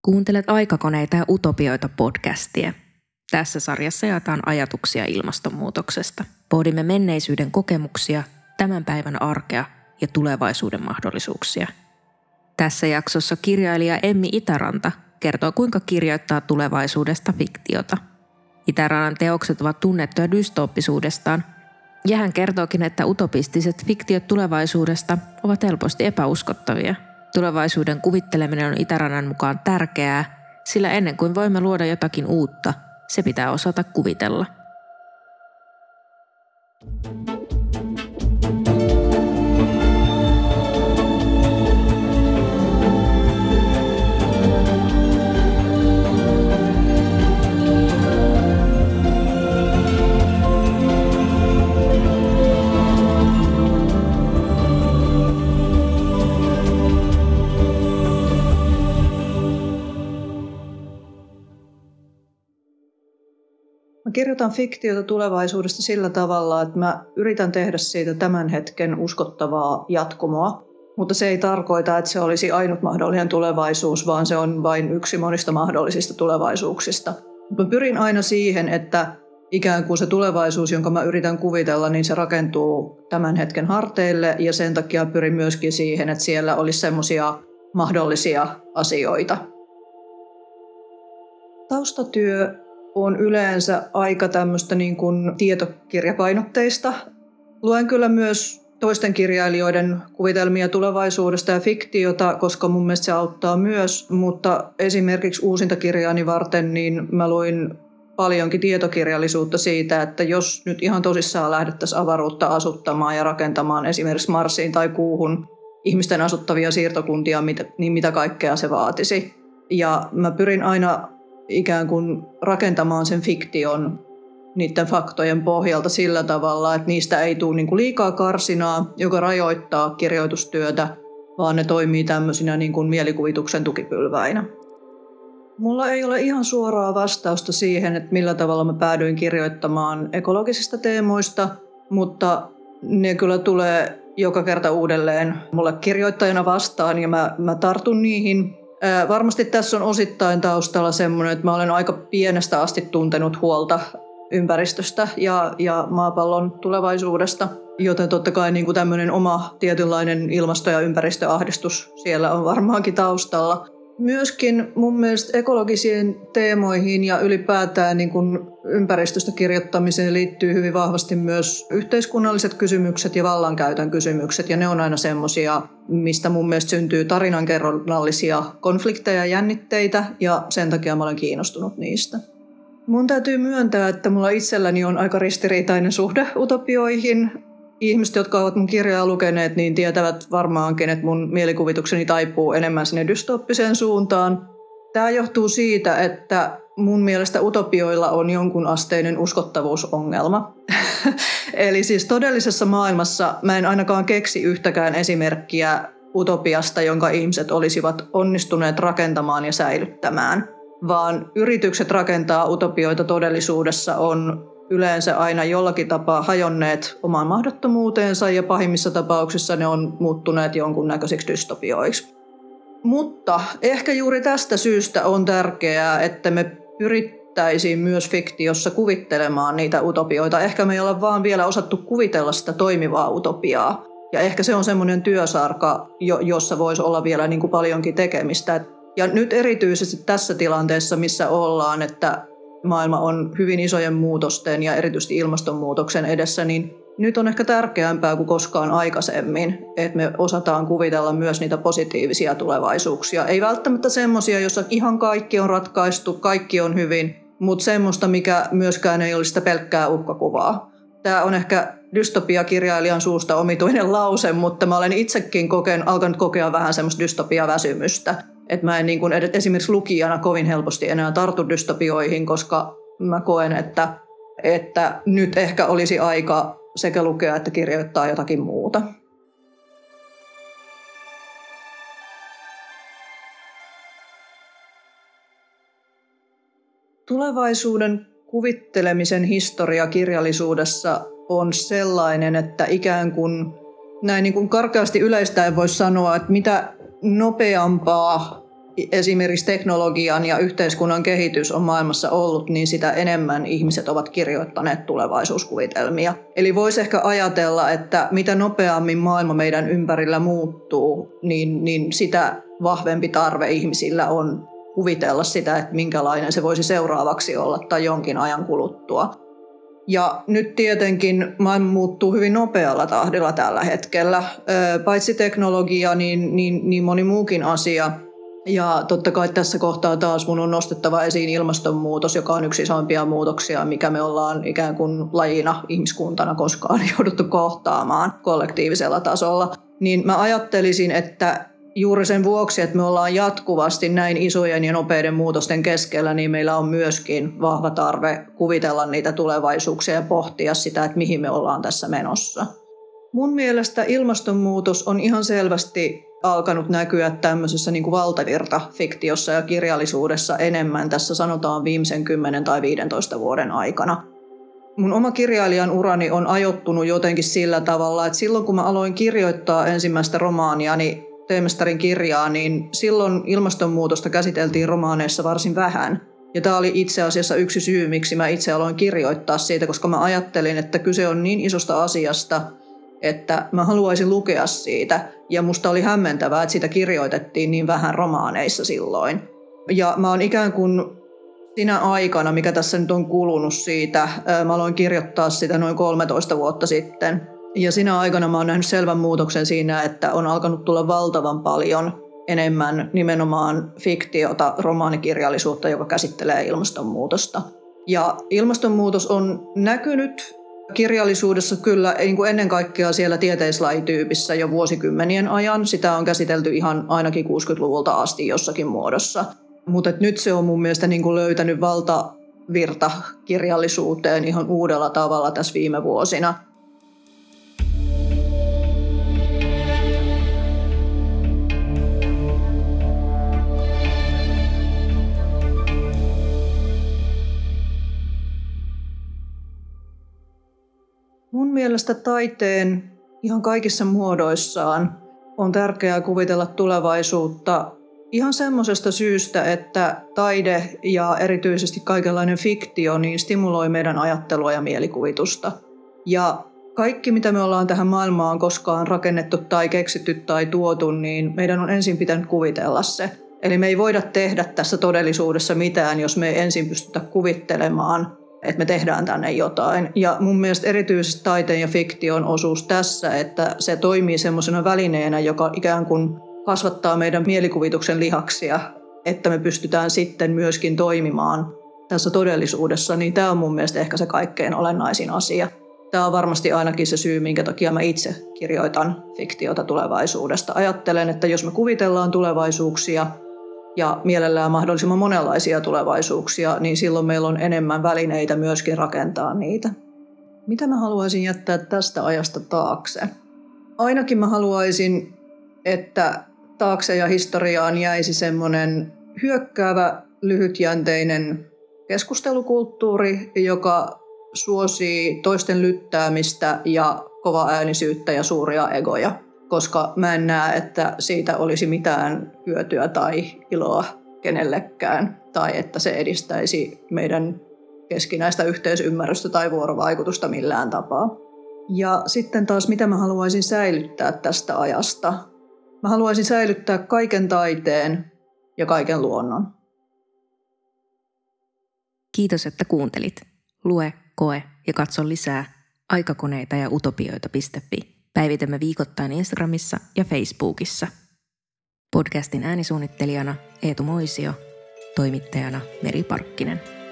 Kuuntelet Aikakoneita ja utopioita podcastia. Tässä sarjassa jaetaan ajatuksia ilmastonmuutoksesta. Pohdimme menneisyyden kokemuksia, tämän päivän arkea ja tulevaisuuden mahdollisuuksia. Tässä jaksossa kirjailija Emmi Itäranta kertoo, kuinka kirjoittaa tulevaisuudesta fiktiota. Itärannan teokset ovat tunnettuja dystooppisuudestaan, ja hän kertookin, että utopistiset fiktiot tulevaisuudesta ovat helposti epäuskottavia. Tulevaisuuden kuvitteleminen on Itärannan mukaan tärkeää, sillä ennen kuin voimme luoda jotakin uutta, se pitää osata kuvitella. Mä kirjoitan fiktiota tulevaisuudesta sillä tavalla, että mä yritän tehdä siitä tämän hetken uskottavaa jatkumoa, mutta se ei tarkoita, että se olisi ainut mahdollinen tulevaisuus, vaan se on vain yksi monista mahdollisista tulevaisuuksista. Mä pyrin aina siihen, että ikään kuin se tulevaisuus, jonka mä yritän kuvitella, niin se rakentuu tämän hetken harteille, ja sen takia pyrin myöskin siihen, että siellä olisi semmoisia mahdollisia asioita. Taustatyö on yleensä aika tämmöistä niin kuin tietokirjapainotteista. Luen kyllä myös toisten kirjailijoiden kuvitelmia tulevaisuudesta ja fiktiota, koska mun mielestä se auttaa myös, mutta esimerkiksi uusinta kirjaani varten niin mä luin paljonkin tietokirjallisuutta siitä, että jos nyt ihan tosissaan lähdettäisiin avaruutta asuttamaan ja rakentamaan esimerkiksi Marsiin tai Kuuhun ihmisten asuttavia siirtokuntia, niin mitä kaikkea se vaatisi. Ja mä pyrin aina ikään kuin rakentamaan sen fiktion niiden faktojen pohjalta sillä tavalla, että niistä ei tule niin kuin liikaa karsinaa, joka rajoittaa kirjoitustyötä, vaan ne toimii tämmöisinä niin kuin mielikuvituksen tukipylväinä. Mulla ei ole ihan suoraa vastausta siihen, että millä tavalla mä päädyin kirjoittamaan ekologisista teemoista, mutta ne kyllä tulee joka kerta uudelleen mulle kirjoittajana vastaan ja mä tartun niihin. Varmasti tässä on osittain taustalla semmoinen, että mä olen aika pienestä asti tuntenut huolta ympäristöstä ja maapallon tulevaisuudesta, joten totta kai niin kuin tämmöinen oma tietynlainen ilmasto- ja ympäristöahdistus siellä on varmaankin taustalla. Myöskin mun mielestä ekologisiin teemoihin ja ylipäätään niin kuin ympäristöstä kirjoittamiseen liittyy hyvin vahvasti myös yhteiskunnalliset kysymykset ja vallankäytön kysymykset. Ja ne on aina semmoisia, mistä mun mielestä syntyy tarinankerronnallisia konflikteja ja jännitteitä, ja sen takia mä olen kiinnostunut niistä. Mun täytyy myöntää, että mulla itselläni on aika ristiriitainen suhde utopioihin. Ihmiset, jotka ovat mun kirjaa lukeneet, niin tietävät varmaankin, että mun mielikuvitukseni taipuu enemmän sinne dystooppiseen suuntaan. Tämä johtuu siitä, että mun mielestä utopioilla on jonkun asteinen uskottavuusongelma. Eli siis todellisessa maailmassa mä en ainakaan keksi yhtäkään esimerkkiä utopiasta, jonka ihmiset olisivat onnistuneet rakentamaan ja säilyttämään. Vaan yritykset rakentaa utopioita todellisuudessa on yleensä aina jollakin tapaa hajonneet omaan mahdottomuuteensa ja pahimmissa tapauksissa ne on muuttuneet jonkunnäköisiksi dystopioiksi. Mutta ehkä juuri tästä syystä on tärkeää, että me pyrittäisiin myös fiktiossa kuvittelemaan niitä utopioita. Ehkä me ei olla vaan vielä osattu kuvitella sitä toimivaa utopiaa. Ja ehkä se on semmoinen työsarka, jossa voisi olla vielä niin kuin paljonkin tekemistä. Ja nyt erityisesti tässä tilanteessa, missä ollaan, että maailma on hyvin isojen muutosten ja erityisesti ilmastonmuutoksen edessä, niin nyt on ehkä tärkeämpää kuin koskaan aikaisemmin, että me osataan kuvitella myös niitä positiivisia tulevaisuuksia. Ei välttämättä semmoisia, joissa ihan kaikki on ratkaistu, kaikki on hyvin, mutta semmoista, mikä myöskään ei ole sitä pelkkää uhkakuvaa. Tämä on ehkä dystopiakirjailijan suusta omituinen lause, mutta mä olen itsekin alkanut kokea vähän semmoista dystopiaväsymystä. Että mä en niin kuin esimerkiksi lukijana kovin helposti enää tartu dystopioihin, koska mä koen, että nyt ehkä olisi aika sekä lukea että kirjoittaa jotakin muuta. Tulevaisuuden kuvittelemisen historia kirjallisuudessa on sellainen, että ikään kuin näin niin kuin karkeasti yleistäen voisi sanoa, että mitä nopeampaa esimerkiksi teknologian ja yhteiskunnan kehitys on maailmassa ollut, niin sitä enemmän ihmiset ovat kirjoittaneet tulevaisuuskuvitelmia. Eli voisi ehkä ajatella, että mitä nopeammin maailma meidän ympärillä muuttuu, niin sitä vahvempi tarve ihmisillä on kuvitella sitä, että minkälainen se voisi seuraavaksi olla tai jonkin ajan kuluttua. Ja nyt tietenkin maailma muuttuu hyvin nopealla tahdilla tällä hetkellä. Paitsi teknologia, niin moni muukin asia. Ja totta kai tässä kohtaa taas mun on nostettava esiin ilmastonmuutos, joka on yksi isoimpia muutoksia, mikä me ollaan ikään kuin lajina, ihmiskuntana koskaan jouduttu kohtaamaan kollektiivisella tasolla. Niin mä ajattelisin, että juuri sen vuoksi, että me ollaan jatkuvasti näin isojen ja nopeiden muutosten keskellä, niin meillä on myöskin vahva tarve kuvitella niitä tulevaisuuksia ja pohtia sitä, että mihin me ollaan tässä menossa. Mun mielestä ilmastonmuutos on ihan selvästi alkanut näkyä tämmöisessä niin kuin valtavirta-fiktiossa ja kirjallisuudessa enemmän tässä sanotaan viimeisen 10 tai 15 vuoden aikana. Mun oma kirjailijan urani on ajoittunut jotenkin sillä tavalla, että silloin kun mä aloin kirjoittaa ensimmäistä romaaniani, Teemestarin kirjaa, niin silloin ilmastonmuutosta käsiteltiin romaaneissa varsin vähän. Ja tämä oli itse asiassa yksi syy, miksi mä itse aloin kirjoittaa siitä, koska mä ajattelin, että kyse on niin isosta asiasta, että mä haluaisin lukea siitä. Ja musta oli hämmentävää, että sitä kirjoitettiin niin vähän romaaneissa silloin. Ja mä oon ikään kuin sinä aikana, mikä tässä nyt on kulunut siitä, mä aloin kirjoittaa sitä noin 13 vuotta sitten. Ja sinä aikana mä oon nähnyt selvän muutoksen siinä, että on alkanut tulla valtavan paljon enemmän nimenomaan fiktiota, romaanikirjallisuutta, joka käsittelee ilmastonmuutosta. Ja ilmastonmuutos on näkynyt kirjallisuudessa kyllä niin kuin ennen kaikkea siellä tieteislajityypissä jo vuosikymmenien ajan. Sitä on käsitelty ihan ainakin 60-luvulta asti jossakin muodossa. Mutta nyt se on mun mielestä niin kuin löytänyt valtavirta kirjallisuuteen ihan uudella tavalla tässä viime vuosina. Mun mielestä taiteen ihan kaikissa muodoissaan on tärkeää kuvitella tulevaisuutta ihan semmoisesta syystä, että taide ja erityisesti kaikenlainen fiktio niin stimuloi meidän ajattelua ja mielikuvitusta. Ja kaikki, mitä me ollaan tähän maailmaan koskaan rakennettu tai keksitty tai tuotu, niin meidän on ensin pitänyt kuvitella se. Eli me ei voida tehdä tässä todellisuudessa mitään, jos me ei ensin pystytä kuvittelemaan, että me tehdään tänne jotain. Ja mun mielestä erityisesti taiteen ja fiktion osuus tässä, että se toimii semmoisena välineenä, joka ikään kuin kasvattaa meidän mielikuvituksen lihaksia, että me pystytään sitten myöskin toimimaan tässä todellisuudessa, niin tämä on mun mielestä ehkä se kaikkein olennaisin asia. Tämä on varmasti ainakin se syy, minkä takia mä itse kirjoitan fiktiota tulevaisuudesta. Ajattelen, että jos me kuvitellaan tulevaisuuksia, ja mielellään mahdollisimman monenlaisia tulevaisuuksia, niin silloin meillä on enemmän välineitä myöskin rakentaa niitä. Mitä mä haluaisin jättää tästä ajasta taakse? Ainakin mä haluaisin, että taakse ja historiaan jäisi semmoinen hyökkäävä, lyhytjänteinen keskustelukulttuuri, joka suosii toisten lyttäämistä ja kovaäänisyyttä ja suuria egoja. Koska mä en näe, että siitä olisi mitään hyötyä tai iloa kenellekään, tai että se edistäisi meidän keskinäistä yhteisymmärrystä tai vuorovaikutusta millään tapaa. Ja sitten taas, mitä mä haluaisin säilyttää tästä ajasta? Mä haluaisin säilyttää kaiken taiteen ja kaiken luonnon. Kiitos, että kuuntelit. Lue, koe ja katso lisää aikakoneita ja utopioita.fi. Päivitämme viikoittain Instagramissa ja Facebookissa. Podcastin äänisuunnittelijana Eetu Moisio, toimittajana Meri Parkkinen.